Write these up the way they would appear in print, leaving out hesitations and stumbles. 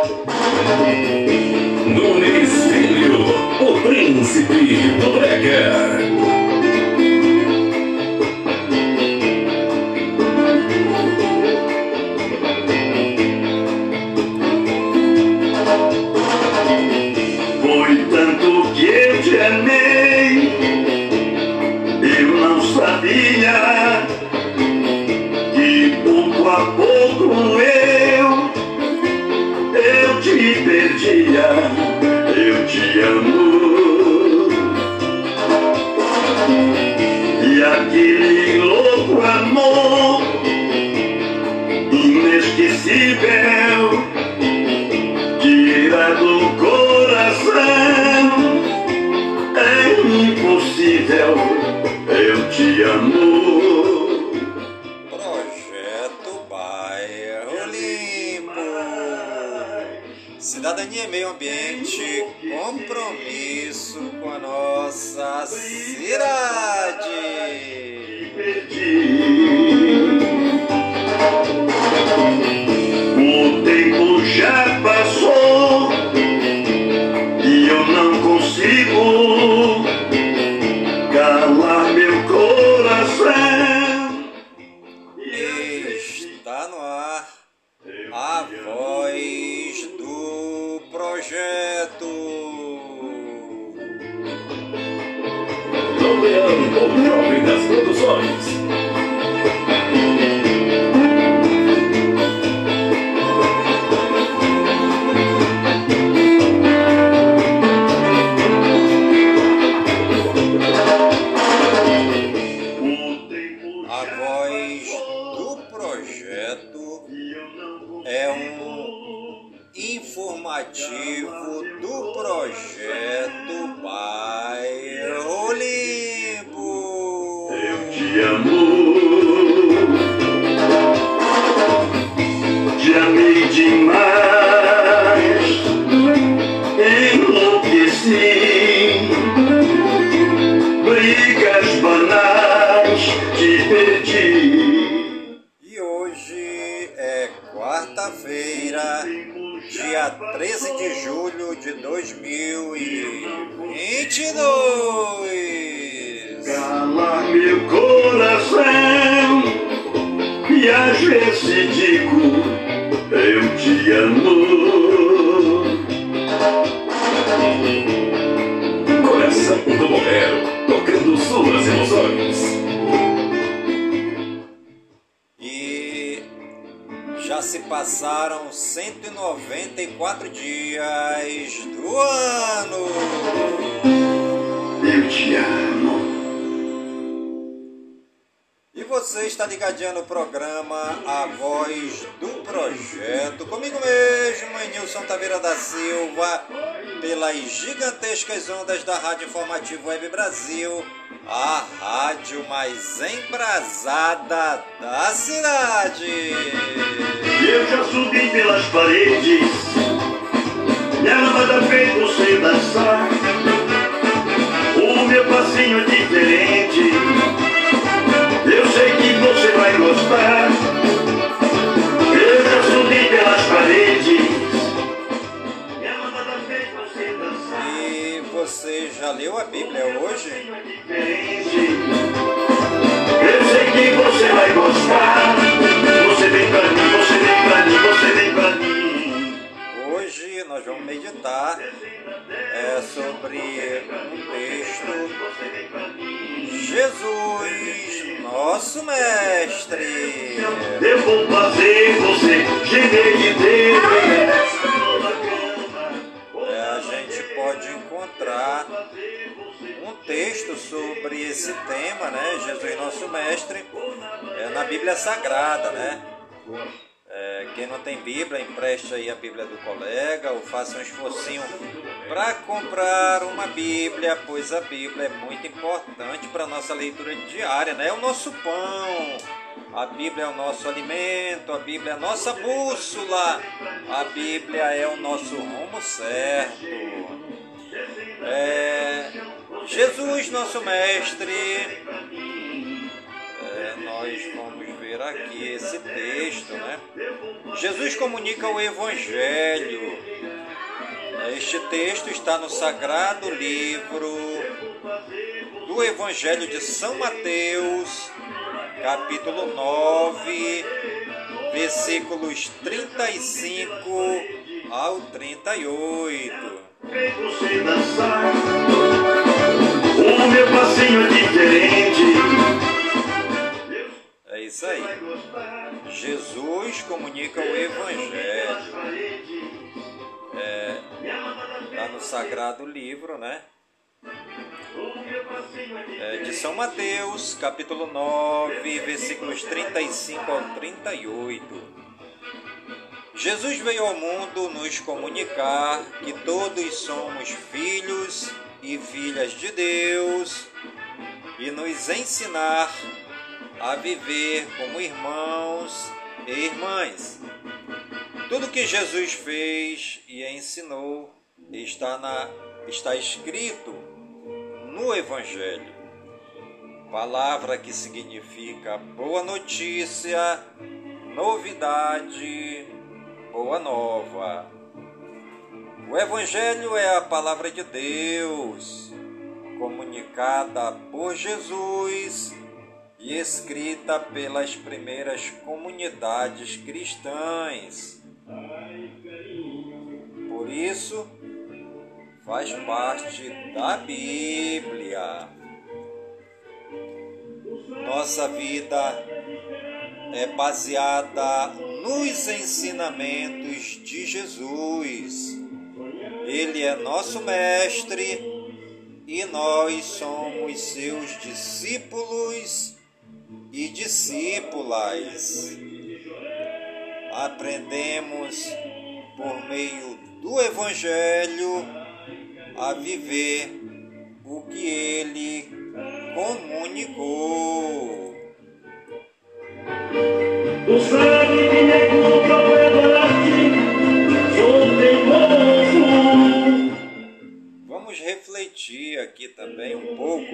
Nunes Filho, o príncipe do brega. Foi tanto que eu te amei, eu não sabia que pouco a pouco eu te perdia. Eu te amo, e aquele louco amor inesquecível tira do coração, é impossível. Eu te amo. Projeto Bairro Limpo. Cidadania e meio ambiente, compromisso com a nossa cidade. O tempo já passou e eu não consigo calar meu coração. Está no ar a voz do projeto. Nomeando o Jovem das Produções. A voz do projeto é um informativo do projeto Bairro Limpo. Eu te amo, te amei demais, enlouqueci, brigas banais, te perdi. E hoje é quarta-feira, dia 13 de julho de 2022. Calar meu coração, e às vezes digo, eu te amo. Coração do Bolero, tocando suas emoções. E já se passaram 194 dias do ano. Eu te amo. E você está ligadinho no programa A Voz do Projeto, comigo mesmo, Nilson Taveira da Silva, pelas gigantescas ondas da Rádio Informativo Web Brasil, a rádio mais embrasada da cidade. Eu já subi pelas paredes, e ela nada fez você dançar. O meu passinho é diferente, eu sei que você vai gostar. Eu já subi pelas paredes, e ela nada fez você dançar. E você já leu a Bíblia hoje? Eu sei que você vai gostar. Você vem pra mim, você vem pra mim, você vem pra mim. Hoje nós vamos meditar sobre um texto, Jesus, nosso Mestre. Eu vou fazer você gemer de Deus. A gente pode encontrar um texto sobre esse tema, né? Jesus, nosso Mestre, na Bíblia Sagrada, né? Quem não tem Bíblia, empreste aí a Bíblia do colega ou faça um esforcinho para comprar uma Bíblia, pois a Bíblia é muito importante para a nossa leitura diária, né? É o nosso pão, a Bíblia é o nosso alimento, a Bíblia é a nossa bússola, a Bíblia é o nosso rumo certo. Jesus, nosso Mestre, nós vamos ver ver aqui esse texto, né? Jesus comunica o Evangelho. Este texto está no sagrado livro do Evangelho de São Mateus, capítulo 9, versículos 35 ao 38. Você dançar, o meu passinho diferente. É isso aí. Jesus comunica o Evangelho. Está no sagrado livro, né? De São Mateus, capítulo 9, versículos 35 ao 38. Jesus veio ao mundo nos comunicar que todos somos filhos e filhas de Deus e nos ensinar a viver como irmãos e irmãs. Tudo que Jesus fez e ensinou está escrito no Evangelho. Palavra que significa boa notícia, novidade, boa nova. O Evangelho é a palavra de Deus, comunicada por Jesus e escrita pelas primeiras comunidades cristãs. Por isso, faz parte da Bíblia. Nossa vida é baseada nos ensinamentos de Jesus. Ele é nosso mestre e nós somos seus discípulos e discípulas. Aprendemos por meio do Evangelho a viver o que ele comunicou. O sangue que me comprou é sou teimoso. Vamos refletir aqui também um pouco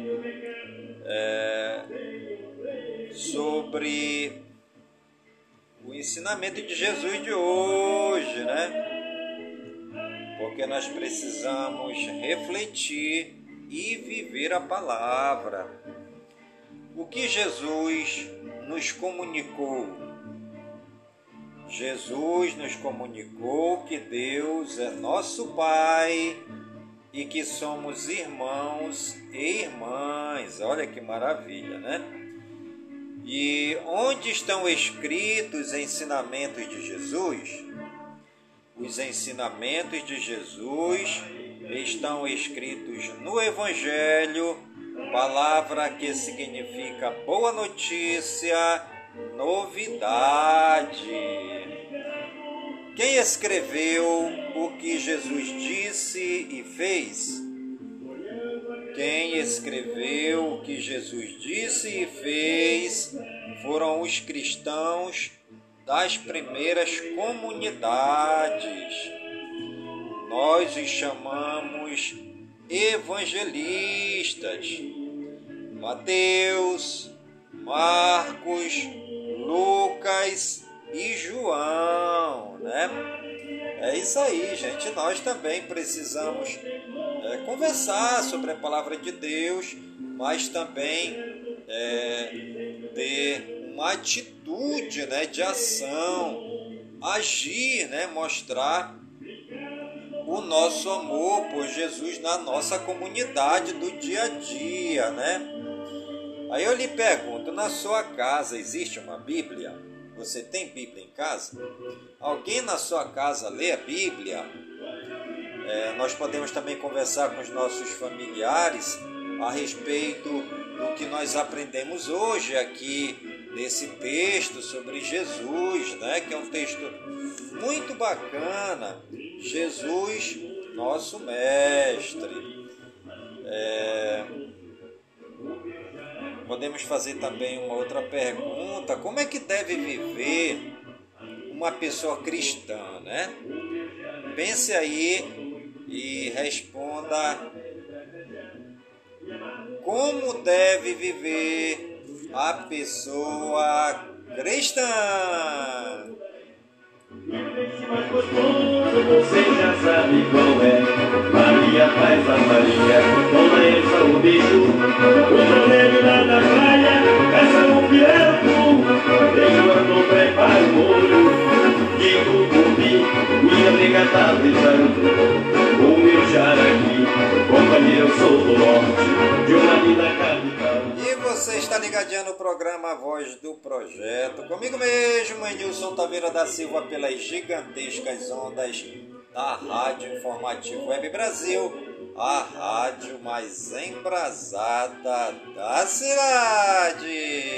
sobre o ensinamento de Jesus de hoje, né? Porque nós precisamos refletir e viver a palavra. O que Jesus nos comunicou? Jesus nos comunicou que Deus é nosso Pai e que somos irmãos e irmãs. Olha que maravilha, né? E onde estão escritos os ensinamentos de Jesus? Os ensinamentos de Jesus estão escritos no Evangelho, palavra que significa boa notícia, novidade. Quem escreveu o que Jesus disse e fez? Quem escreveu o que Jesus disse e fez foram os cristãos das primeiras comunidades. Nós os chamamos evangelistas. Mateus, Marcos, Lucas e João, né? É isso aí, gente. Nós também precisamos conversar sobre a palavra de Deus, mas também ter uma atitude, né, de ação, agir, né, mostrar o nosso amor por Jesus na nossa comunidade do dia a dia, né? Aí eu lhe pergunto, na sua casa existe uma Bíblia? Você tem Bíblia em casa? Alguém na sua casa lê a Bíblia? Nós podemos também conversar com os nossos familiares a respeito do que nós aprendemos hoje aqui nesse texto sobre Jesus, né? Que é um texto muito bacana. Jesus, nosso mestre. Podemos fazer também uma outra pergunta: como é que deve viver uma pessoa cristã, né? Pense aí e responda: como deve viver a pessoa cristã. Mais gostoso, você já sabe qual é. Maria faz a Maria, Dona Elsa o bicho. O torneio lá na praia, caça um pirato. Enquanto prepara o molho de tucupi, minha amiga tá avisando. O meu jaraqui, companheiro, eu sou do norte, de uma linda capital. E você está ligadinho no programa Voz do Projeto, comigo mesmo, Edilson Taveira da Silva, pelas gigantescas ondas da Rádio Informativo Web Brasil, a rádio mais embrasada da cidade.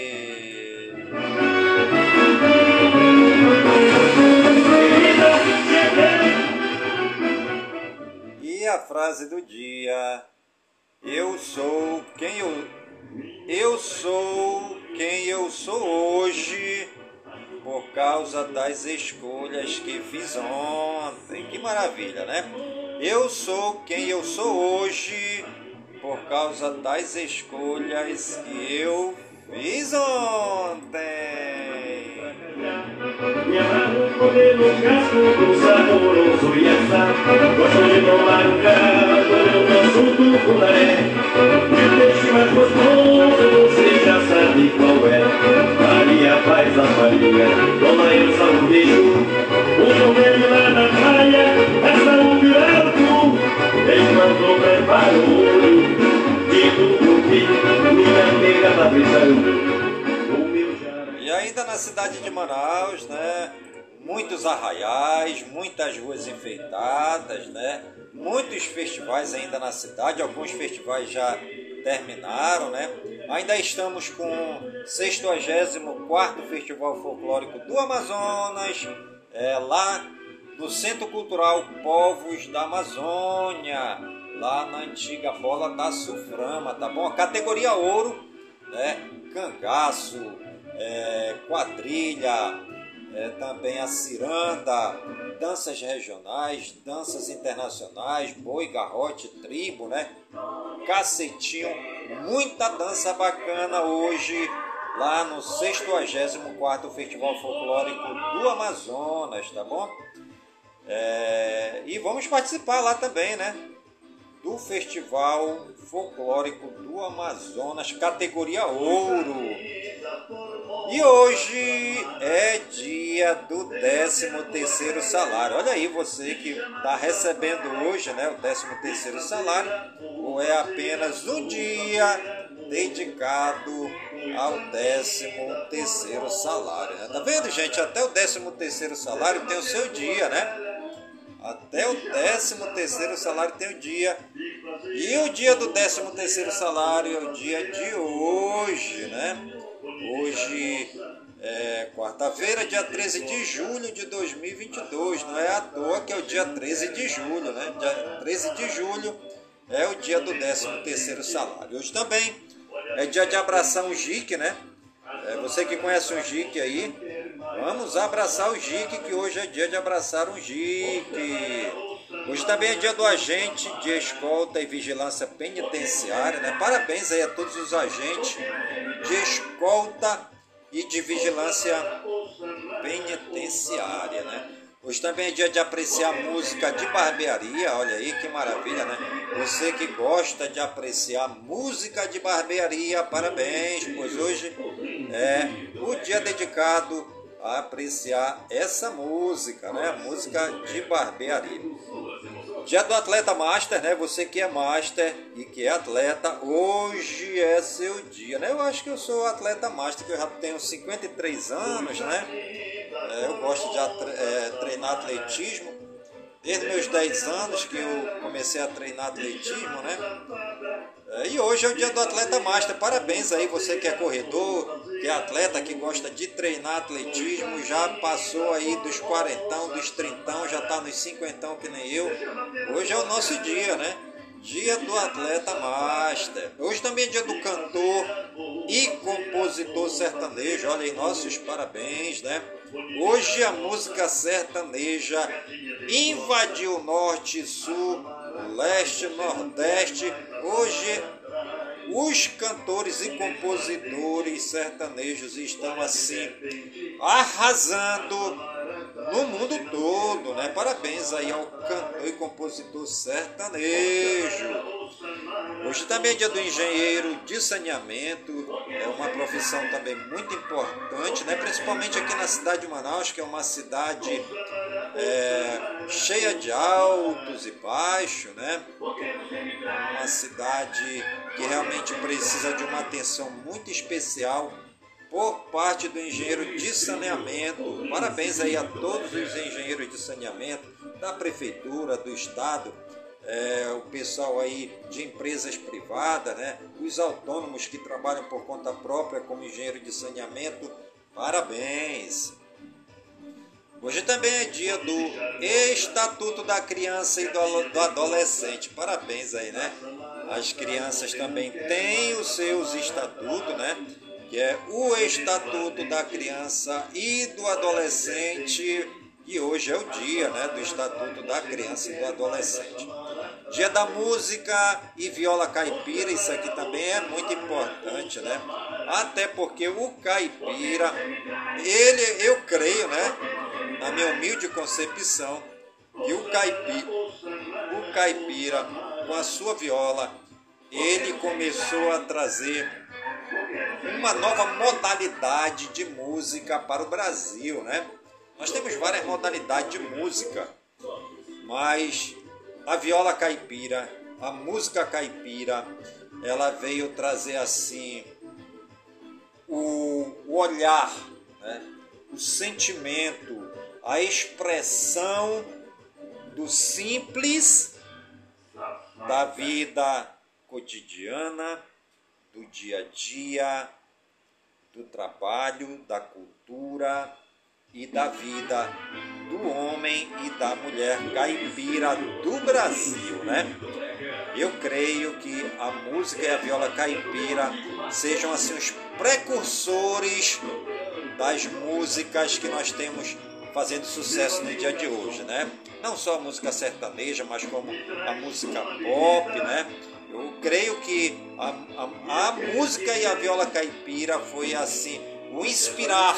E a frase do dia: eu sou quem eu sou hoje por causa das escolhas que fiz ontem. Que maravilha, né? Eu sou quem eu sou hoje por causa das escolhas que eu fiz ontem. Me amarro comer um casco do saboroso e assar. Gosto de tomar um caldo no nosso tucunaré. E peixe mais gostoso, você já sabe qual é. Maria faz a farinha, Dona Elsa o beijo. O torneio lá na praia, essa um pirato. Enquanto prepara o olho de tucupi, minha amiga tá pensando. E ainda na cidade de Manaus, né? Muitos arraiais, muitas ruas enfeitadas, né? Muitos festivais ainda na cidade, alguns festivais já terminaram, né? Ainda estamos com o 64º Festival Folclórico do Amazonas, lá no Centro Cultural Povos da Amazônia, lá na antiga Bola da Suframa, tá bom? A categoria ouro, né? Cangaço, quadrilha, também a ciranda, danças regionais, danças internacionais, boi, garrote, tribo, né? Cacetinho, muita dança bacana hoje lá no 64º Festival Folclórico do Amazonas, tá bom? E vamos participar lá também, né? Do Festival Folclórico do Amazonas, categoria ouro. E hoje é dia do 13º salário. Olha aí, você que está recebendo hoje, né, o 13º salário, ou é apenas um dia dedicado ao 13º salário, né? Tá vendo, gente? Até o 13º salário tem o seu dia, né? Até o 13º salário tem o dia. E o dia do 13º salário é o dia de hoje, né? Hoje é quarta-feira, dia 13 de julho de 2022. Não é à toa que é o dia 13 de julho, né? Dia 13 de julho é o dia do 13º salário. Hoje também é dia de abraçar um jique, né? Você que conhece um jique aí, vamos abraçar o jique, que hoje é dia de abraçar um jique. Hoje também é dia do agente de escolta e vigilância penitenciária, né? Parabéns aí a todos os agentes de escolta e de vigilância penitenciária, né? Hoje também é dia de apreciar música de barbearia, olha aí que maravilha, né? Você que gosta de apreciar música de barbearia, parabéns, pois hoje é o dia dedicado a apreciar essa música, né? Música de barbearia. Dia do atleta master, né? Você que é master e que é atleta, hoje é seu dia, né? Eu acho que eu sou atleta master, que eu já tenho 53 anos, né? Eu gosto de treinar atletismo desde meus 10 anos que eu comecei a treinar atletismo, né? E hoje é o dia do atleta master. Parabéns aí, você que é corredor, que é atleta, que gosta de treinar atletismo, já passou aí dos 40, dos 30, já está nos 50 que nem eu. Hoje é o nosso dia, né? Dia do atleta master. Hoje também é dia do cantor e compositor sertanejo. Olha aí, nossos parabéns, né? Hoje a música sertaneja invadiu norte, sul, leste, nordeste. Hoje os cantores e compositores sertanejos estão assim arrasando no mundo todo, né? Parabéns aí ao cantor e compositor sertanejo. Hoje também é dia do engenheiro de saneamento, é uma profissão também muito importante, né? Principalmente aqui na cidade de Manaus, que é uma cidade cheia de altos e baixos, né? Uma cidade que realmente precisa de uma atenção muito especial por parte do engenheiro de saneamento. Parabéns aí a todos os engenheiros de saneamento da prefeitura, do estado, o pessoal aí de empresas privadas, né? Os autônomos que trabalham por conta própria como engenheiro de saneamento. Parabéns! Hoje também é dia do Estatuto da Criança e do Adolescente. Parabéns aí, né? As crianças também têm os seus estatutos, né? Que é o Estatuto da Criança e do Adolescente. E hoje é o dia, né, do Estatuto da Criança e do Adolescente. Dia da Música e Viola Caipira, isso aqui também é muito importante, né? Até porque o caipira, eu creio, né, na minha humilde concepção, que o caipira, com a sua viola, ele começou a trazer uma nova modalidade de música para o Brasil, né? Nós temos várias modalidades de música, mas a viola caipira, a música caipira, ela veio trazer assim o olhar, né? O sentimento, a expressão do simples da vida cotidiana, do dia a dia, do trabalho, da cultura e da vida do homem e da mulher caipira do Brasil, né? Eu creio que a música e a viola caipira sejam assim os precursores das músicas que nós temos fazendo sucesso no dia de hoje, né? Não só a música sertaneja, mas como a música pop, né? Eu creio que a música e a viola caipira foi assim o inspirar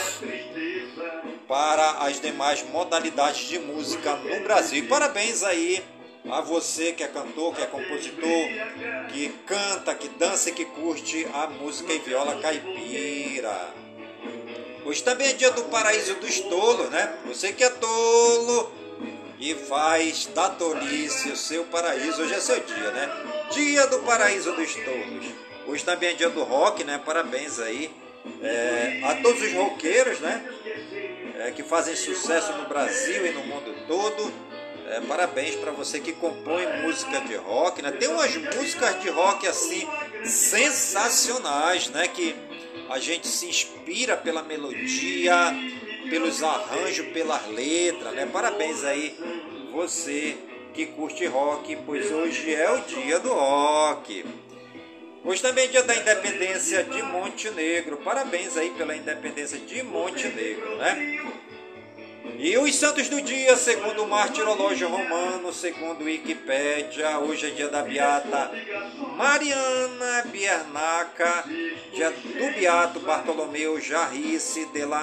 para as demais modalidades de música no Brasil. E parabéns aí a você que é cantor, que é compositor, que canta, que dança e que curte a música e viola caipira. Hoje também é dia do Paraíso dos Tolos, né? Você que é tolo e faz da tolice o seu paraíso, hoje é seu dia, né? Dia do Paraíso dos Tolos. Hoje também é dia do rock, né? Parabéns aí a todos os roqueiros, né? Que fazem sucesso no Brasil e no mundo todo. Parabéns para você que compõe música de rock, né? Tem umas músicas de rock assim sensacionais, né? Que a gente se inspira pela melodia, pelos arranjos, pelas letras, né? Parabéns aí você que curte rock, pois hoje é o dia do rock. Hoje também é dia da independência de Montenegro. Parabéns aí pela independência de Montenegro, né? E os santos do dia, segundo o martirológio romano, segundo Wikipédia, hoje é dia da beata Mariana Biernaca, dia do beato Bartolomeu Jarrice de la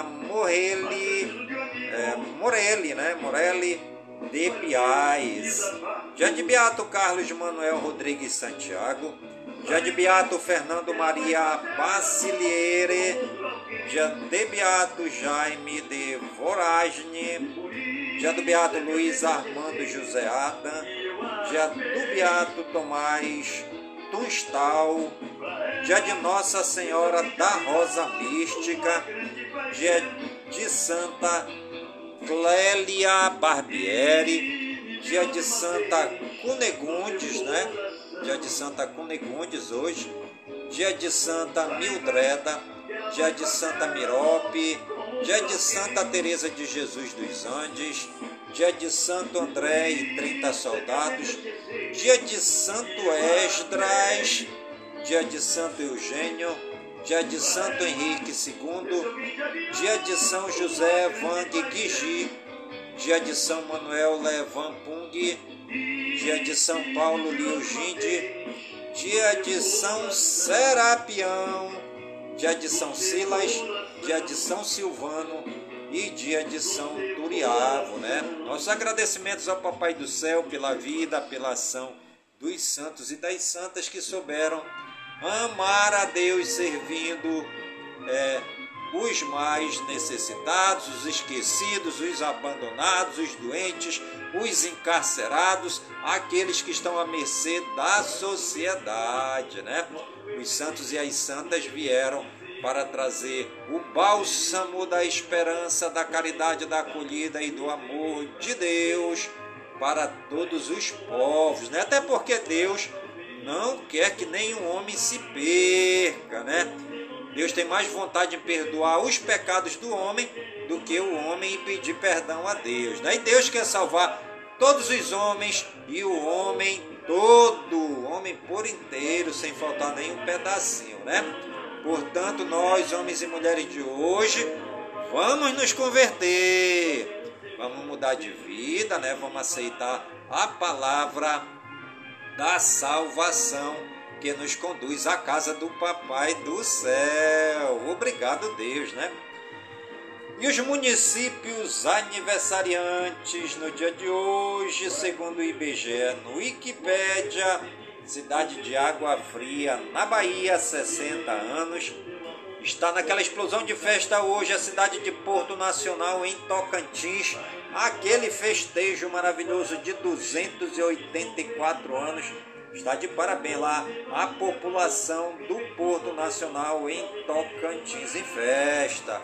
Morelli, né? Morelli de Piais, dia de beato Carlos Manuel Rodrigues Santiago, dia de beato Fernando Maria Baciliere, dia de beato Jaime de Voragine, dia do beato Luiz Armando José Adam, dia do beato Tomás Tunstal, dia de Nossa Senhora da Rosa Mística, dia de Santa Clélia Barbieri, dia de Santa Cunegundes, né? Dia de Santa Cunegundes hoje, dia de Santa Mildreda, dia de Santa Mirope, dia de Santa Teresa de Jesus dos Andes, dia de Santo André e 30 soldados, dia de Santo Esdras, dia de Santo Eugênio, dia de Santo Henrique II, dia de São José Wang Guigi, dia de São Manuel Levan Pung, dia de São Paulo Liu Jinde, dia de São Serapião, dia de São Silas, dia de São Silvano e dia de São Turiavo, né? Nossos agradecimentos ao Papai do Céu pela vida, pela ação dos santos e das santas que souberam amar a Deus servindo os mais necessitados, os esquecidos, os abandonados, os doentes, os encarcerados, aqueles que estão à mercê da sociedade, né? Os santos e as santas vieram para trazer o bálsamo da esperança, da caridade, da acolhida e do amor de Deus para todos os povos, né? Até porque Deus não quer que nenhum homem se perca, né? Deus tem mais vontade em perdoar os pecados do homem do que o homem em pedir perdão a Deus, né? E Deus quer salvar todos os homens e o homem todo, o homem por inteiro, sem faltar nenhum pedacinho, né? Portanto, nós, homens e mulheres de hoje, vamos nos converter, vamos mudar de vida, né? Vamos aceitar a palavra da salvação que nos conduz à casa do Papai do Céu. Obrigado, Deus, né? E os municípios aniversariantes no dia de hoje, segundo o IBGE no Wikipédia: cidade de Água Fria, na Bahia, 60 anos. Está naquela explosão de festa hoje a cidade de Porto Nacional, em Tocantins. Aquele festejo maravilhoso de 284 anos. Está de parabéns lá a população do Porto Nacional em Tocantins em festa.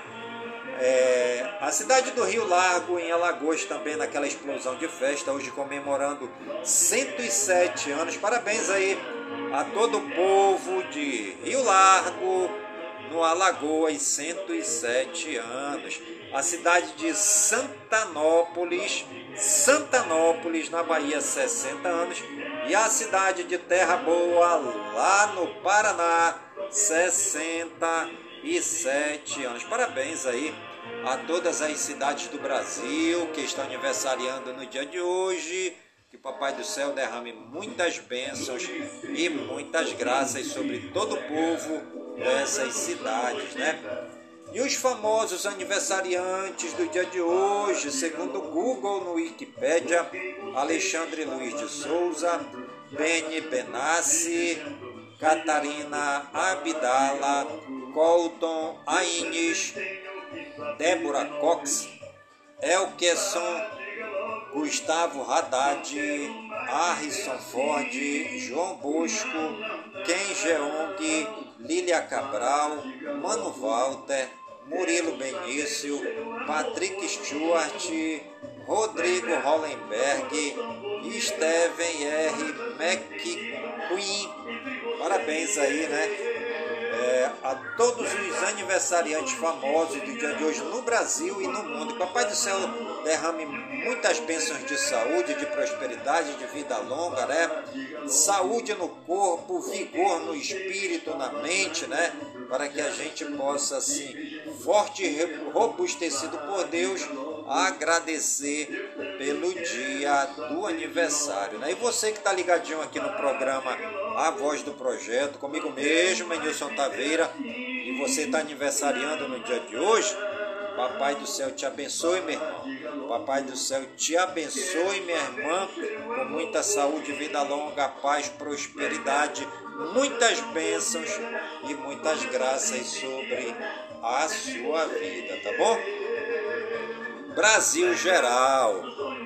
A cidade do Rio Largo, em Alagoas, também naquela explosão de festa, hoje comemorando 107 anos. Parabéns aí a todo o povo de Rio Largo, no Alagoas, 107 anos. A cidade de Santanópolis, na Bahia, 60 anos. E a cidade de Terra Boa, lá no Paraná, 67 anos. Parabéns aí a todas as cidades do Brasil que estão aniversariando no dia de hoje. Que o Papai do Céu derrame muitas bênçãos e muitas graças sobre todo o povo dessas cidades, né? E os famosos aniversariantes do dia de hoje, segundo o Google no Wikipédia: Alexandre Luiz de Souza, Beni Benassi, Catarina Abdala, Colton Aines, Débora Cox, Elkeson, Gustavo Haddad, Harrison Ford, João Bosco, Ken Jeong, Lília Cabral, Mano Walter, Murilo Benício, Patrick Stewart, Rodrigo Hollenberg, Steven R. McQueen. Parabéns aí, né? A todos os aniversariantes famosos do dia de hoje no Brasil e no mundo. Que o Papai do Céu derrame muitas bênçãos de saúde, de prosperidade, de vida longa, né? Saúde no corpo, vigor no espírito, na mente, né? Para que a gente possa, assim, forte e robustecido por Deus, agradecer pelo dia do aniversário, né? E você que está ligadinho aqui no programa A Voz do Projeto, comigo mesmo, Nilson Taveira, e você está aniversariando no dia de hoje, Papai do Céu te abençoe, meu irmão. Papai do Céu te abençoe, minha irmã, com muita saúde, vida longa, paz, prosperidade, muitas bênçãos e muitas graças sobre a sua vida, tá bom? Brasil geral.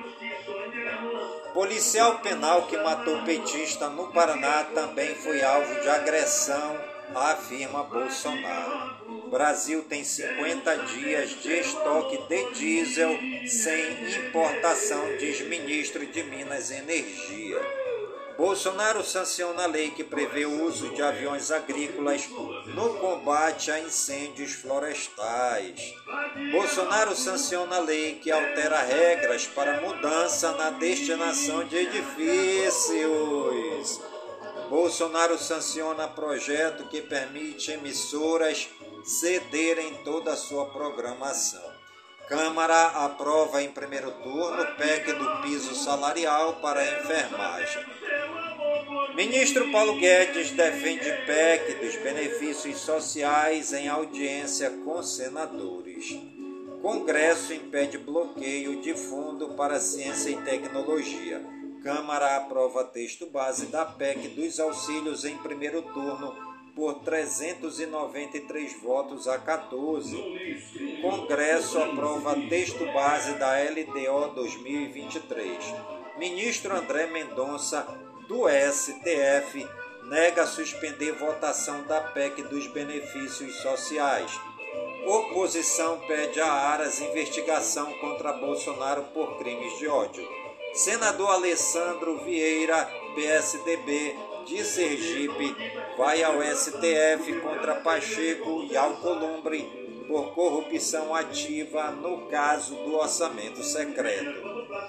Policial penal que matou petista no Paraná também foi alvo de agressão, afirma Bolsonaro. Brasil tem 50 dias de estoque de diesel sem importação, diz ministro de Minas e Energia. Bolsonaro sanciona a lei que prevê o uso de aviões agrícolas no combate a incêndios florestais. Bolsonaro sanciona a lei que altera regras para mudança na destinação de edifícios. Bolsonaro sanciona projeto que permite emissoras cederem toda a sua programação. Câmara aprova em primeiro turno PEC do piso salarial para a enfermagem. Ministro Paulo Guedes defende PEC dos benefícios sociais em audiência com senadores. Congresso impede bloqueio de fundo para ciência e tecnologia. Câmara aprova texto base da PEC dos auxílios em primeiro turno por 393 votos a 14. Congresso aprova texto base da LDO 2023. Ministro André Mendonça, do STF, nega suspender votação da PEC dos benefícios sociais. Oposição pede a Aras investigação contra Bolsonaro por crimes de ódio. Senador Alessandro Vieira, PSDB, de Sergipe, vai ao STF contra Pacheco e Alcolumbre por corrupção ativa no caso do orçamento secreto.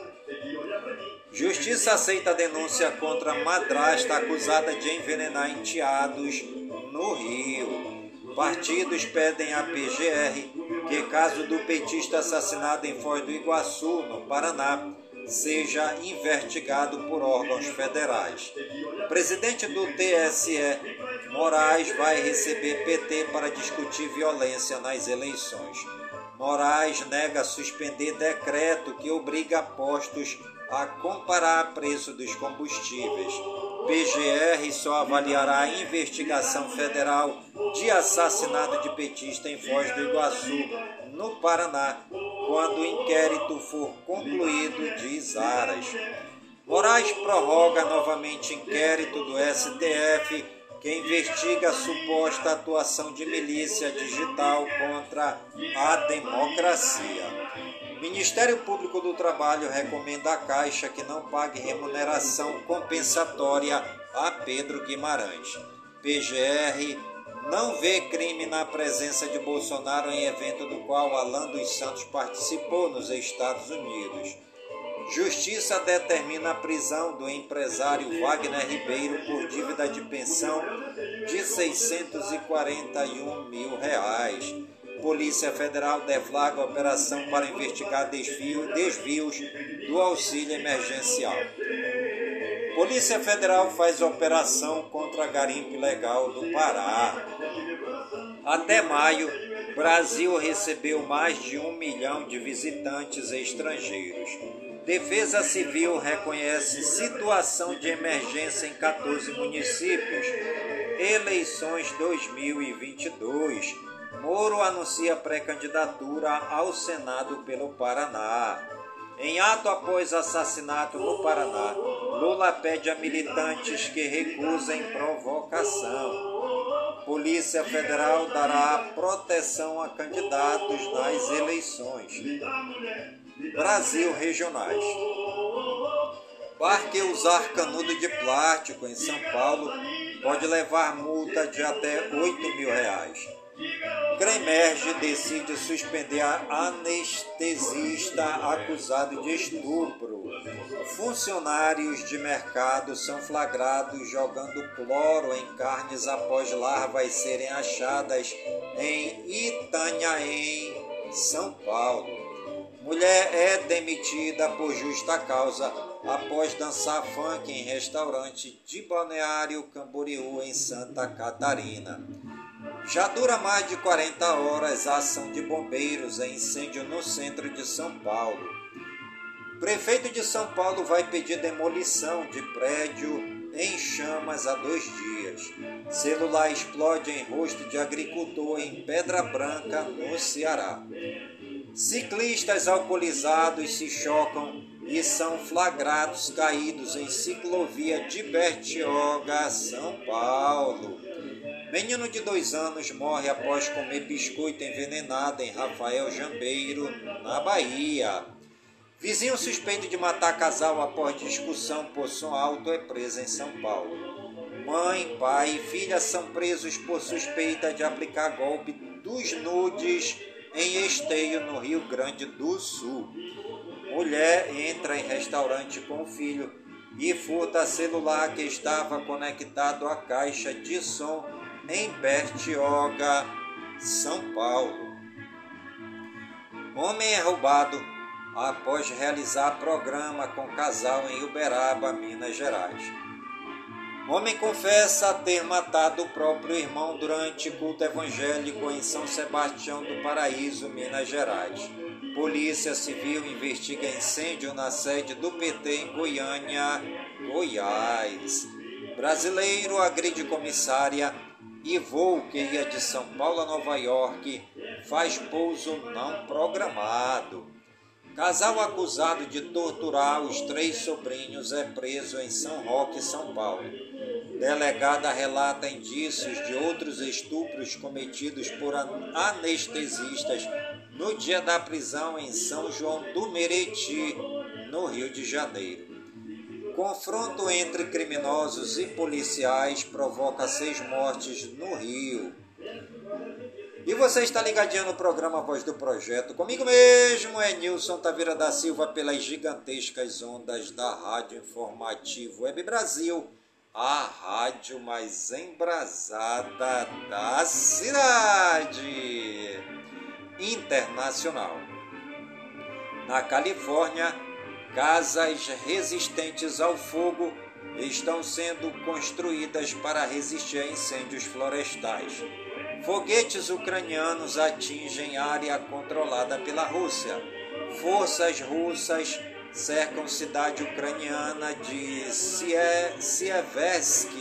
Justiça aceita denúncia contra madrasta acusada de envenenar enteados no Rio. Partidos pedem à PGR que caso do petista assassinado em Foz do Iguaçu, no Paraná, seja investigado por órgãos federais. Presidente do TSE, Moraes, vai receber PT para discutir violência nas eleições. Moraes nega suspender decreto que obriga postos a comparar preço dos combustíveis. PGR só avaliará a investigação federal de assassinato de petista em Foz do Iguaçu, no Paraná, quando o inquérito for concluído, diz Aras. Moraes prorroga novamente inquérito do STF que investiga a suposta atuação de milícia digital contra a democracia. Ministério Público do Trabalho recomenda à Caixa que não pague remuneração compensatória a Pedro Guimarães. PGR não vê crime na presença de Bolsonaro em evento do qual Alan dos Santos participou nos Estados Unidos. Justiça determina a prisão do empresário Wagner Ribeiro por dívida de pensão de R$ 641 mil. Polícia Federal deflagra operação para investigar desvios do auxílio emergencial. Polícia Federal faz operação contra garimpo ilegal do Pará. Até maio, Brasil recebeu mais de 1 milhão de visitantes estrangeiros. Defesa Civil reconhece situação de emergência em 14 municípios. Eleições 2022. Moro anuncia pré-candidatura ao Senado pelo Paraná. Em ato após assassinato no Paraná, Lula pede a militantes que recusem provocação. Polícia Federal dará proteção a candidatos nas eleições. Brasil Regionais. Parque usar canudo de plástico em São Paulo pode levar multa de até R$ 8 mil. Cremerge decide suspender a anestesista acusado de estupro. Funcionários de mercado são flagrados jogando cloro em carnes após larvas serem achadas em Itanhaém, São Paulo. Mulher é demitida por justa causa após dançar funk em restaurante de Balneário Camboriú, em Santa Catarina. Já dura mais de 40 horas a ação de bombeiros em incêndio no centro de São Paulo. Prefeito de São Paulo vai pedir demolição de prédio em chamas há 2 dias. Celular explode em rosto de agricultor em Pedra Branca, no Ceará. Ciclistas alcoolizados se chocam e são flagrados caídos em ciclovia de Bertioga, São Paulo. Menino de 2 anos morre após comer biscoito envenenado em Rafael Jambeiro, na Bahia. Vizinho suspeito de matar casal após discussão por som alto é preso em São Paulo. Mãe, pai e filha são presos por suspeita de aplicar golpe dos nudes em Esteio, no Rio Grande do Sul. Mulher entra em restaurante com o filho e furta celular que estava conectado à caixa de som em Bertioga, São Paulo. Homem é roubado após realizar programa com casal em Uberaba, Minas Gerais. Homem confessa ter matado o próprio irmão durante culto evangélico em São Sebastião do Paraíso, Minas Gerais. Polícia Civil investiga incêndio na sede do PT em Goiânia, Goiás. Brasileiro agride comissária e voo que ia de São Paulo a Nova York faz pouso não programado. Casal acusado de torturar os 3 sobrinhos é preso em São Roque, São Paulo. Delegada relata indícios de outros estupros cometidos por anestesistas no dia da prisão em São João do Meriti, no Rio de Janeiro. Confronto entre criminosos e policiais provoca 6 mortes no Rio. E você está ligadinho no programa Voz do Projeto. Comigo mesmo é Nilson Taveira da Silva pelas gigantescas ondas da Rádio Informativo Web Brasil, a rádio mais embrasada da cidade internacional. Na Califórnia, casas resistentes ao fogo estão sendo construídas para resistir a incêndios florestais. Foguetes ucranianos atingem área controlada pela Rússia. Forças russas cercam cidade ucraniana de Sievsk.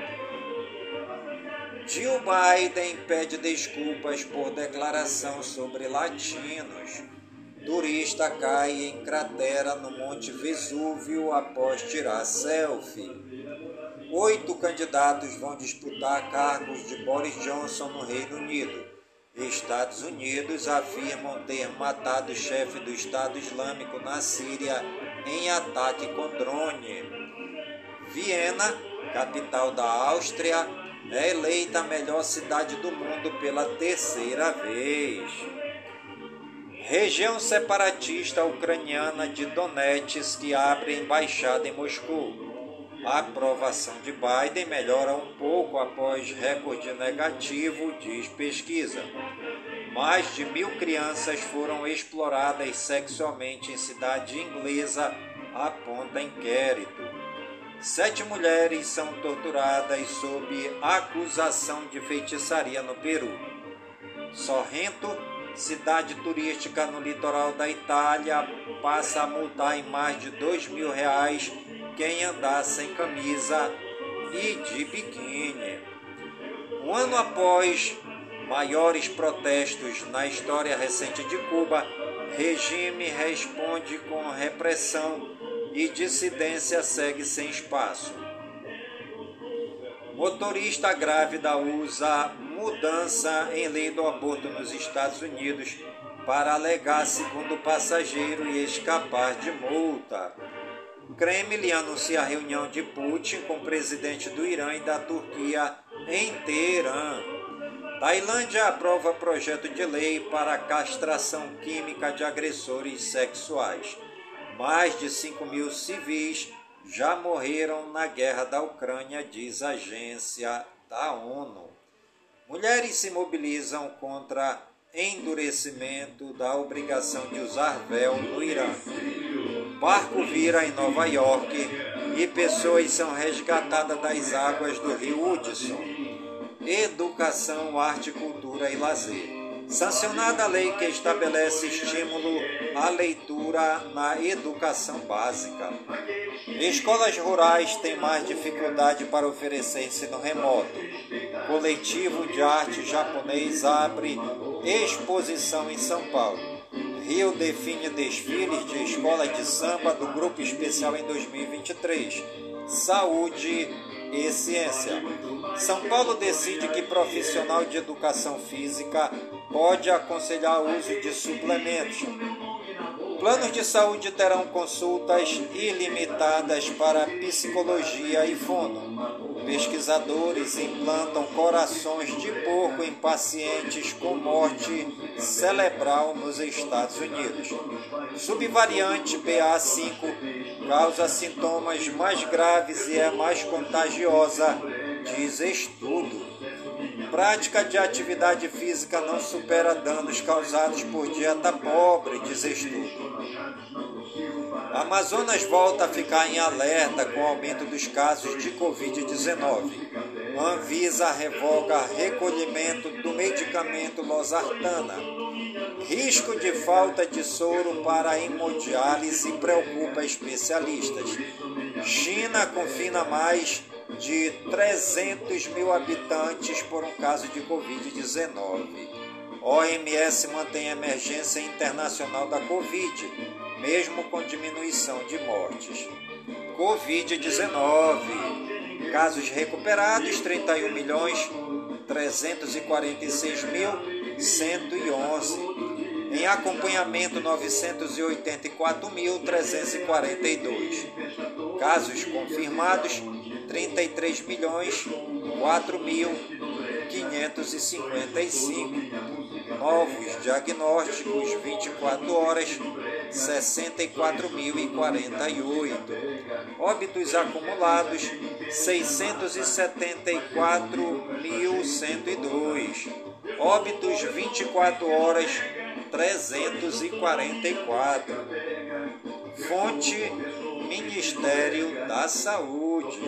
Joe Biden pede desculpas por declaração sobre latinos. Turista cai em cratera no Monte Vesúvio após tirar selfie. 8 candidatos vão disputar cargos de Boris Johnson no Reino Unido. Estados Unidos afirmam ter matado o chefe do Estado Islâmico na Síria em ataque com drone. Viena, capital da Áustria, é eleita a melhor cidade do mundo pela 3ª vez. Região separatista ucraniana de Donetsk abre embaixada em Moscou. A aprovação de Biden melhora um pouco após recorde negativo, diz pesquisa. Mais de 1.000 crianças foram exploradas sexualmente em cidade inglesa, aponta inquérito. 7 mulheres são torturadas sob acusação de feitiçaria no Peru. Sorrento, cidade turística no litoral da Itália, passa a multar em mais de R$2.000 quem andar sem camisa e de biquíni. Um ano após maiores protestos na história recente de Cuba, regime responde com repressão e dissidência segue sem espaço. Motorista grávida usa mudança em lei do aborto nos Estados Unidos para alegar segundo passageiro e escapar de multa. Kremlin anuncia a reunião de Putin com o presidente do Irã e da Turquia em Teherã. Tailândia aprova projeto de lei para a castração química de agressores sexuais. Mais de 5.000 civis já morreram na guerra da Ucrânia, diz a agência da ONU. Mulheres se mobilizam contra endurecimento da obrigação de usar véu no Irã. Barco vira em Nova York e pessoas são resgatadas das águas do rio Hudson. Educação, arte, cultura e lazer. Sancionada a lei que estabelece estímulo à leitura na educação básica. Escolas rurais têm mais dificuldade para oferecer ensino remoto. Coletivo de arte japonês abre exposição em São Paulo. Rio define desfiles de escola de samba do Grupo Especial em 2023. Saúde e ciência. São Paulo decide que profissional de educação física pode aconselhar o uso de suplementos. Planos de saúde terão consultas ilimitadas para psicologia e fono. Pesquisadores implantam corações de porco em pacientes com morte cerebral nos Estados Unidos. Subvariante BA5 causa sintomas mais graves e é mais contagiosa, diz estudo. Prática de atividade física não supera danos causados por dieta pobre, diz estudo. Amazonas volta a ficar em alerta com o aumento dos casos de Covid-19. Anvisa revoga recolhimento do medicamento losartana. Risco de falta de soro para hemodiálise preocupa especialistas. China confina mais de 300 mil habitantes por um caso de Covid-19. OMS mantém emergência internacional da Covid, mesmo com diminuição de mortes. Covid-19. Casos recuperados, 31.346.111. Em acompanhamento, 984.342. Casos confirmados, 33.004.555. Novos diagnósticos, 24 horas, 64.048. Óbitos acumulados, 674.102. Óbitos, 24 horas, 344. Fonte: Ministério da Saúde.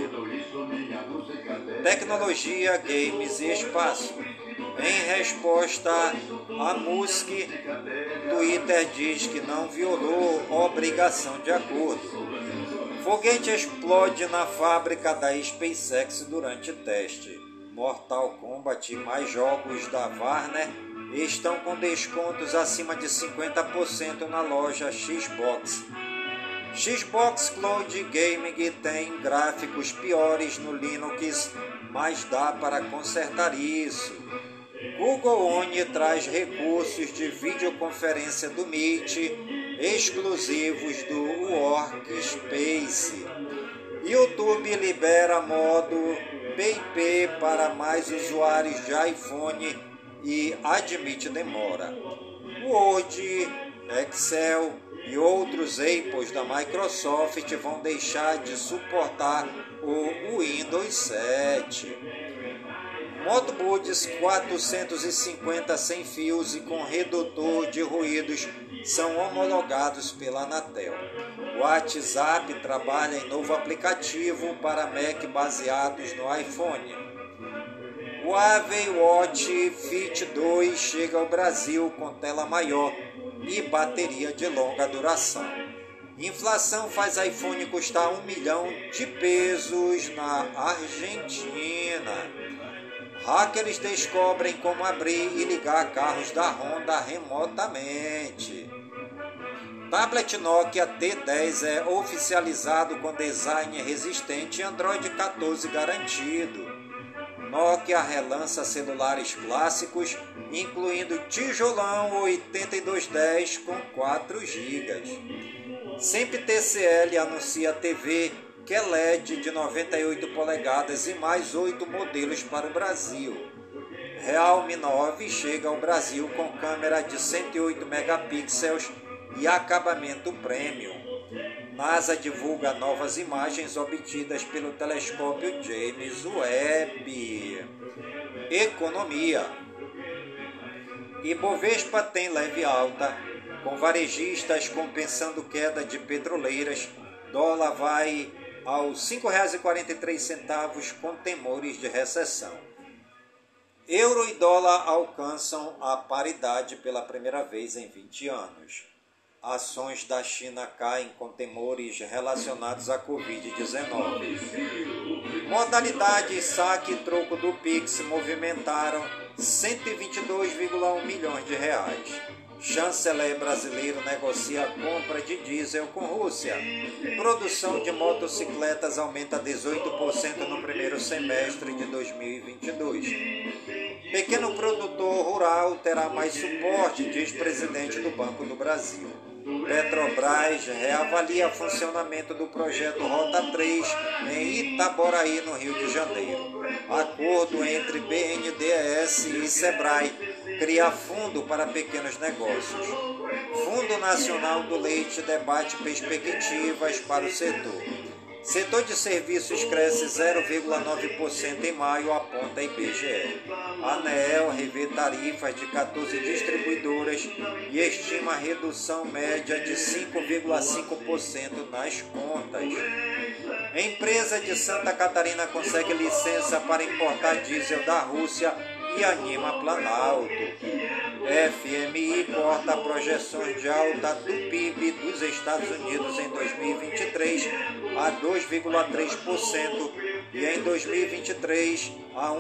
Tecnologia, games e espaço. Em resposta a Musk, Twitter diz que não violou obrigação de acordo. Foguete explode na fábrica da SpaceX durante teste. Mortal Kombat e mais jogos da Warner estão com descontos acima de 50% na loja Xbox. Xbox Cloud Gaming tem gráficos piores no Linux, mas dá para consertar isso. Google One traz recursos de videoconferência do Meet, exclusivos do Workspace. YouTube libera modo PIP para mais usuários de iPhone e admite demora. Word, Excel e outros Apples da Microsoft vão deixar de suportar o Windows 7. Notebooks 450 sem fios e com redutor de ruídos são homologados pela Anatel. O WhatsApp trabalha em novo aplicativo para Mac baseados no iPhone. O Huawei Watch Fit 2 chega ao Brasil com tela maior e bateria de longa duração. Inflação faz iPhone custar 1 milhão de pesos na Argentina. Hackers descobrem como abrir e ligar carros da Honda remotamente. Tablet Nokia T10 é oficializado com design resistente e Android 14 garantido. Nokia relança celulares clássicos, incluindo tijolão 8210 com 4 GB. Sempre TCL anuncia TV QLED de 98 polegadas e mais 8 modelos para o Brasil. Realme 9 chega ao Brasil com câmera de 108 megapixels e acabamento premium. NASA divulga novas imagens obtidas pelo telescópio James Webb. Economia. Ibovespa tem leve alta, com varejistas compensando queda de petroleiras. Dólar vai aos R$ 5,43 com temores de recessão. Euro e dólar alcançam a paridade pela primeira vez em 20 anos. Ações da China caem com temores relacionados à Covid-19. Modalidades saque e troco do Pix movimentaram 122,1 milhões de reais. Chanceler brasileiro negocia a compra de diesel com Rússia. Produção de motocicletas aumenta 18% no primeiro semestre de 2022. Pequeno produtor rural terá mais suporte, diz presidente do Banco do Brasil. Petrobras reavalia funcionamento do projeto Rota 3 em Itaboraí, no Rio de Janeiro. Acordo entre BNDES e Sebrae cria fundo para pequenos negócios. Fundo Nacional do Leite debate perspectivas para o setor. Setor de serviços cresce 0,9% em maio, aponta a IBGE. A ANEEL revê tarifas de 14 distribuidoras e estima redução média de 5,5% nas contas. Empresa de Santa Catarina consegue licença para importar diesel da Rússia e anima Planalto. FMI corta projeções de alta do PIB dos Estados Unidos em 2023 a 2,3% e em 2023 a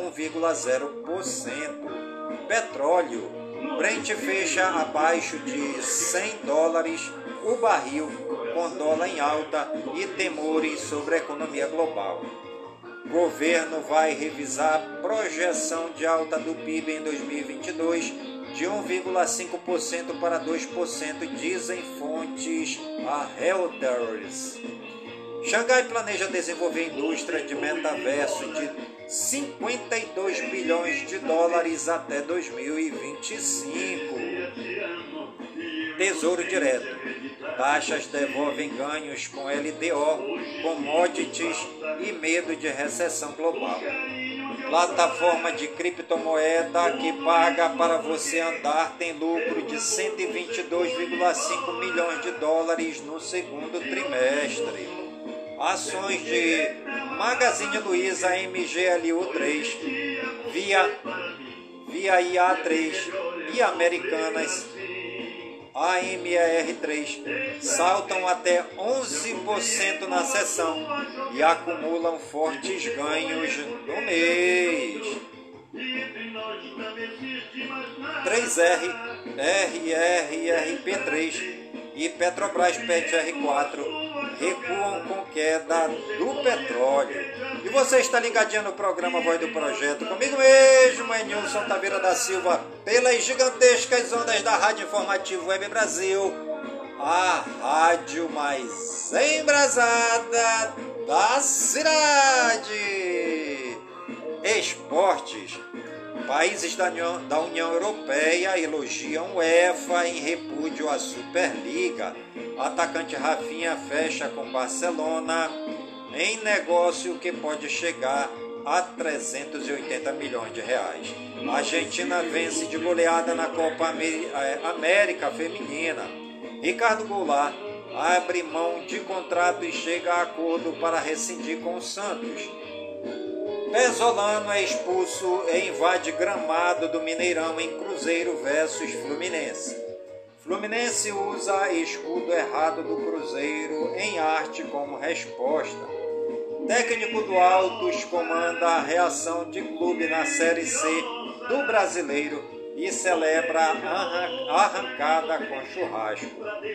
1,0%. Petróleo. Brent fecha abaixo de $100 o barril, com dólar em alta e temores sobre a economia global. Governo vai revisar projeção de alta do PIB em 2022 de 1,5% para 2%, dizem fontes a Reuters. Xangai planeja desenvolver indústria de metaverso de 52 bilhões de dólares até 2025. Tesouro Direto. Taxas devolvem ganhos com LDO, commodities e medo de recessão global. Plataforma de criptomoeda que paga para você andar tem lucro de 122,5 milhões de dólares no segundo trimestre. Ações de Magazine Luiza MGLU3, Via IA3 e Americanas AMER3 saltam até 11% na sessão e acumulam fortes ganhos no mês. 3R, RRRP3 e Petrobras PET-R4 recuam com queda do petróleo. E você está ligadinho no programa Voz do Projeto, comigo mesmo, Nilson Taveira da Silva, pelas gigantescas ondas da Rádio Informativo Web Brasil, a rádio mais embrasada da cidade. Esportes. Países da União Europeia elogiam UEFA em repúdio à Superliga. Atacante Rafinha fecha com Barcelona em negócio que pode chegar a 380 milhões de reais. A Argentina vence de goleada na Copa América Feminina. Ricardo Goulart abre mão de contrato e chega a acordo para rescindir com o Santos. Pesolano é expulso e invade gramado do Mineirão em Cruzeiro versus Fluminense. Fluminense usa escudo errado do Cruzeiro em arte como resposta. Técnico do Altos comanda a reação de clube na Série C do Brasileiro e celebra a arrancada com churrasco.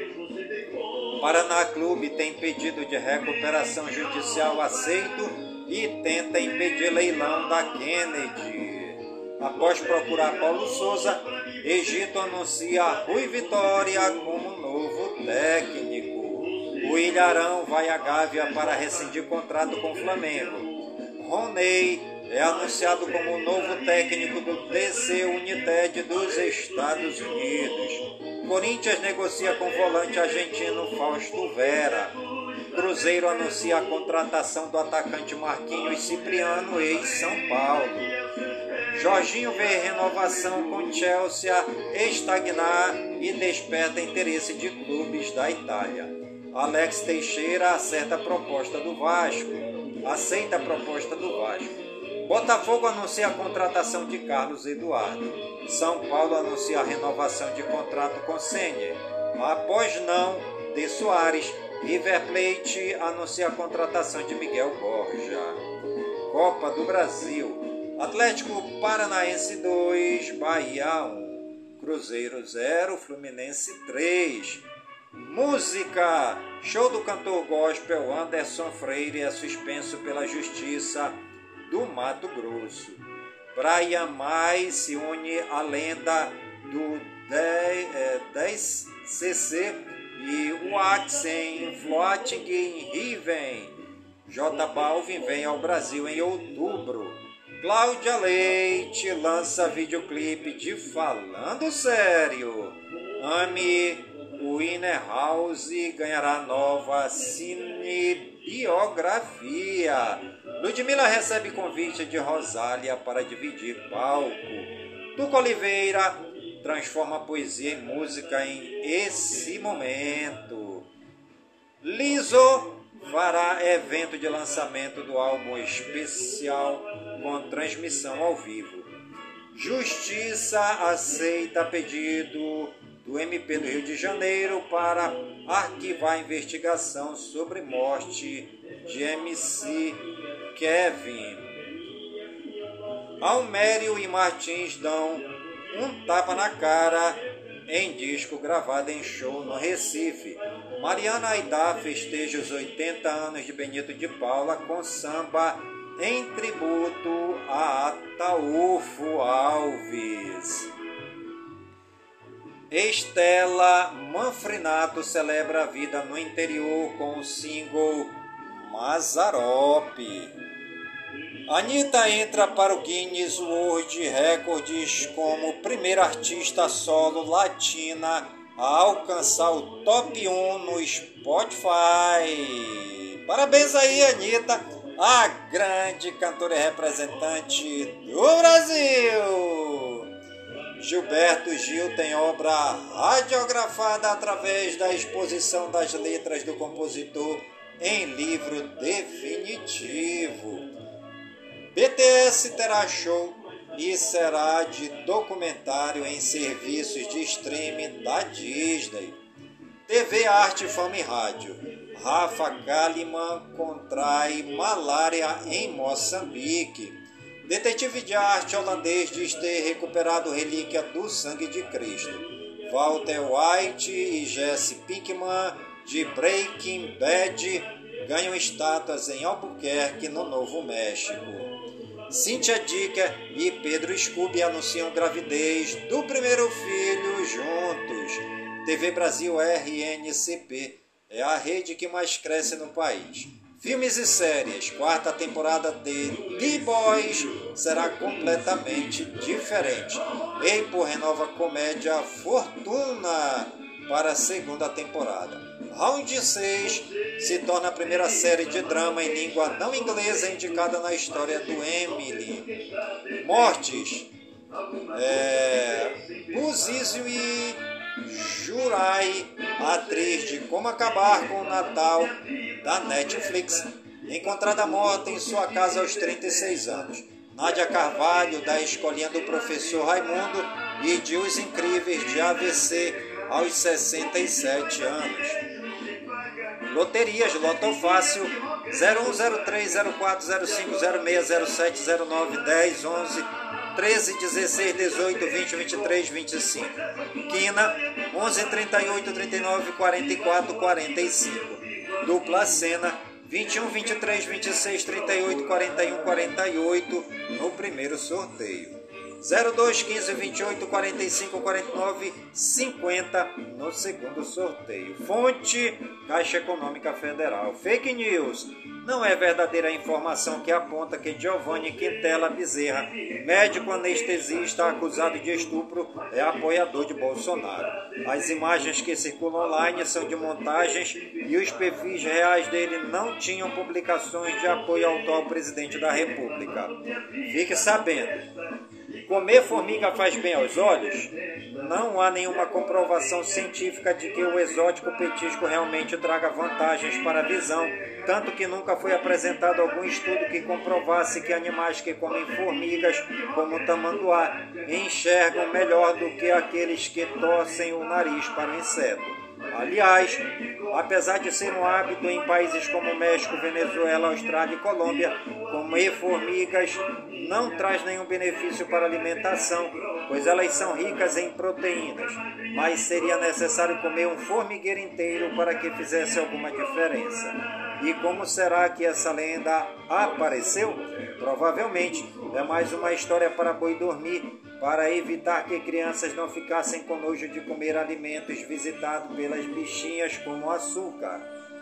Paraná Clube tem pedido de recuperação judicial aceito e tenta impedir leilão da Kennedy. Após procurar Paulo Souza, Egito anuncia Rui Vitória como novo técnico. O Ilharão vai à Gávea para rescindir contrato com o Flamengo. Roney é anunciado como o novo técnico do DC United dos Estados Unidos. Corinthians negocia com o volante argentino Fausto Vera. Cruzeiro anuncia a contratação do atacante Marquinhos Cipriano, ex-São Paulo. Jorginho vê renovação com Chelsea estagnar e desperta interesse de clubes da Itália. Alex Teixeira aceita a proposta do Vasco. Botafogo anuncia a contratação de Carlos Eduardo. São Paulo anuncia a renovação de contrato com Senna. Após não de Soares, River Plate anuncia a contratação de Miguel Borja. Copa do Brasil. Atlético Paranaense 2, Bahia 1. Cruzeiro 0, Fluminense 3. Música. Show do cantor gospel Anderson Freire é suspenso pela Justiça do Mato Grosso. Brian May se une à lenda do 10cc e o Axen Floating in Riven. J Balvin vem ao Brasil em outubro. Cláudia Leite lança videoclipe de Falando Sério. Ame Winehouse ganhará nova cinebiografia. Ludmilla recebe convite de Rosália para dividir palco. Tuco Oliveira transforma poesia em música em Esse Momento. Lizzo fará evento de lançamento do álbum especial com transmissão ao vivo. Justiça aceita pedido do MP do Rio de Janeiro para arquivar a investigação sobre morte de MC Kevin. Almério e Martins dão um tapa na cara em disco gravado em show no Recife. Mariana Aidar festeja os 80 anos de Benito de Paula com samba em tributo a Ataúfo Alves. Estela Manfrinato celebra a vida no interior com o single Mazarope. Anitta entra para o Guinness World Records como primeira artista solo latina a alcançar o top 1 no Spotify. Parabéns aí, Anitta, a grande cantora e representante do Brasil. Gilberto Gil tem obra radiografada através da exposição das letras do compositor em livro definitivo. BTS terá show e será de documentário em serviços de streaming da Disney. TV Arte, Fama e Rádio. Rafa Kalimann contrai malária em Moçambique. Detetive de arte holandês diz ter recuperado relíquia do sangue de Cristo. Walter White e Jesse Pinkman, de Breaking Bad, ganham estátuas em Albuquerque, no Novo México. Cynthia Dicker e Pedro Scooby anunciam gravidez do primeiro filho juntos. TV Brasil RNCP é a rede que mais cresce no país. Filmes e séries. Quarta temporada de The Boys será completamente diferente. Eipo renova comédia Fortuna para a segunda temporada. Round 6 se torna a primeira série de drama em língua não inglesa indicada na história do Emily. Mortes. Buzizio e Jurai, atriz de Como Acabar com o Natal da Netflix, encontrada morta em sua casa aos 36 anos. Nádia Carvalho, da Escolinha do Professor Raimundo, e de Os Incríveis de AVC aos 67 anos. Loterias, Loto Fácil, 0103 04 05 06 07 09 10 11 13, 16, 18, 20, 23, 25. Quina, 11, 38, 39, 44, 45. Dupla Cena, 21, 23, 26, 38, 41, 48 no primeiro sorteio. 02, 15, 28, 45, 49, 50 no segundo sorteio. Fonte, Caixa Econômica Federal. Fake News. Não é verdadeira a informação que aponta que Giovanni Quintela Bezerra, médico anestesista acusado de estupro, é apoiador de Bolsonaro. As imagens que circulam online são de montagens e os perfis reais dele não tinham publicações de apoio ao atual presidente da República. Fique sabendo. Comer formiga faz bem aos olhos? Não há nenhuma comprovação científica de que o exótico petisco realmente traga vantagens para a visão, tanto que nunca foi apresentado algum estudo que comprovasse que animais que comem formigas, como o tamanduá, enxergam melhor do que aqueles que torcem o nariz para o inseto. Aliás, apesar de ser um hábito em países como México, Venezuela, Austrália e Colômbia, comer formigas não traz nenhum benefício para a alimentação, pois elas são ricas em proteínas, mas seria necessário comer um formigueiro inteiro para que fizesse alguma diferença. E como será que essa lenda apareceu? Provavelmente é mais uma história para boi dormir, para evitar que crianças não ficassem com nojo de comer alimentos visitados pelas bichinhas como açúcar.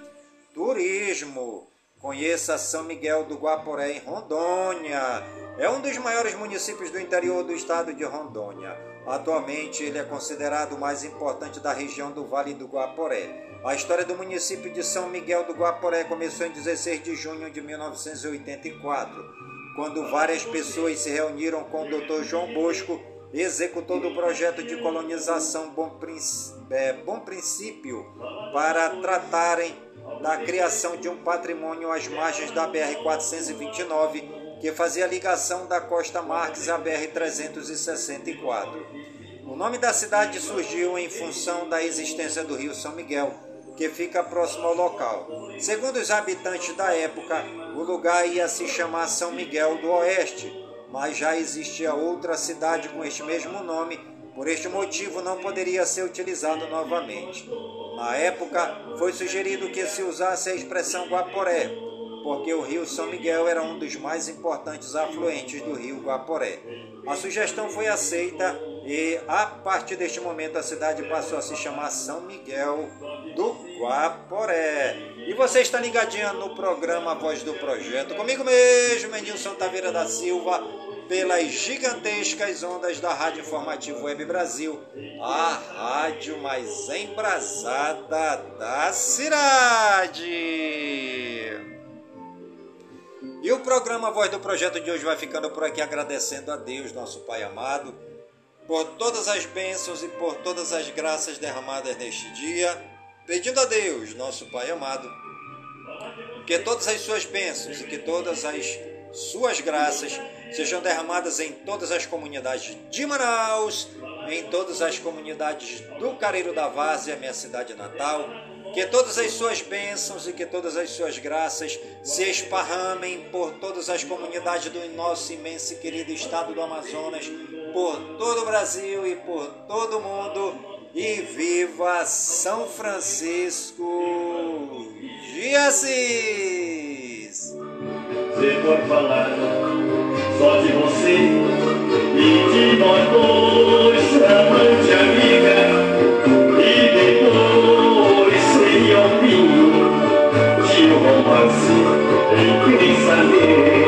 Turismo. Conheça São Miguel do Guaporé, em Rondônia. É um dos maiores municípios do interior do estado de Rondônia. Atualmente, ele é considerado o mais importante da região do Vale do Guaporé. A história do município de São Miguel do Guaporé começou em 16 de junho de 1984, quando várias pessoas se reuniram com o Dr. João Bosco, executor do projeto de colonização Bom Princípio, para tratarem da criação de um patrimônio às margens da BR-429, que fazia a ligação da Costa Marques à BR-364. O nome da cidade surgiu em função da existência do rio São Miguel, que fica próximo ao local. Segundo os habitantes da época, o lugar ia se chamar São Miguel do Oeste, mas já existia outra cidade com este mesmo nome, por este motivo não poderia ser utilizado novamente. Na época, foi sugerido que se usasse a expressão Guaporé, porque o rio São Miguel era um dos mais importantes afluentes do rio Guaporé. A sugestão foi aceita e, a partir deste momento, a cidade passou a se chamar São Miguel do Guaporé. E você está ligadinho no programa Voz do Projeto, comigo mesmo, Edilson Taveira da Silva, pelas gigantescas ondas da Rádio Informativo Web Brasil, a rádio mais embrasada da cidade. E o programa Voz do Projeto de hoje vai ficando por aqui, agradecendo a Deus, nosso Pai amado, por todas as bênçãos e por todas as graças derramadas neste dia, pedindo a Deus, nosso Pai amado, que todas as suas bênçãos e que todas as suas graças sejam derramadas em todas as comunidades de Manaus, em todas as comunidades do Careiro da Várzea, minha cidade natal, que todas as suas bênçãos e que todas as suas graças se esparramem por todas as comunidades do nosso imenso e querido estado do Amazonas, por todo o Brasil e por todo o mundo. E viva São Francisco de Assis! Se for falar só de você e de nós dois, amante e amiga, e depois seria o fim de um romance em que nem saber.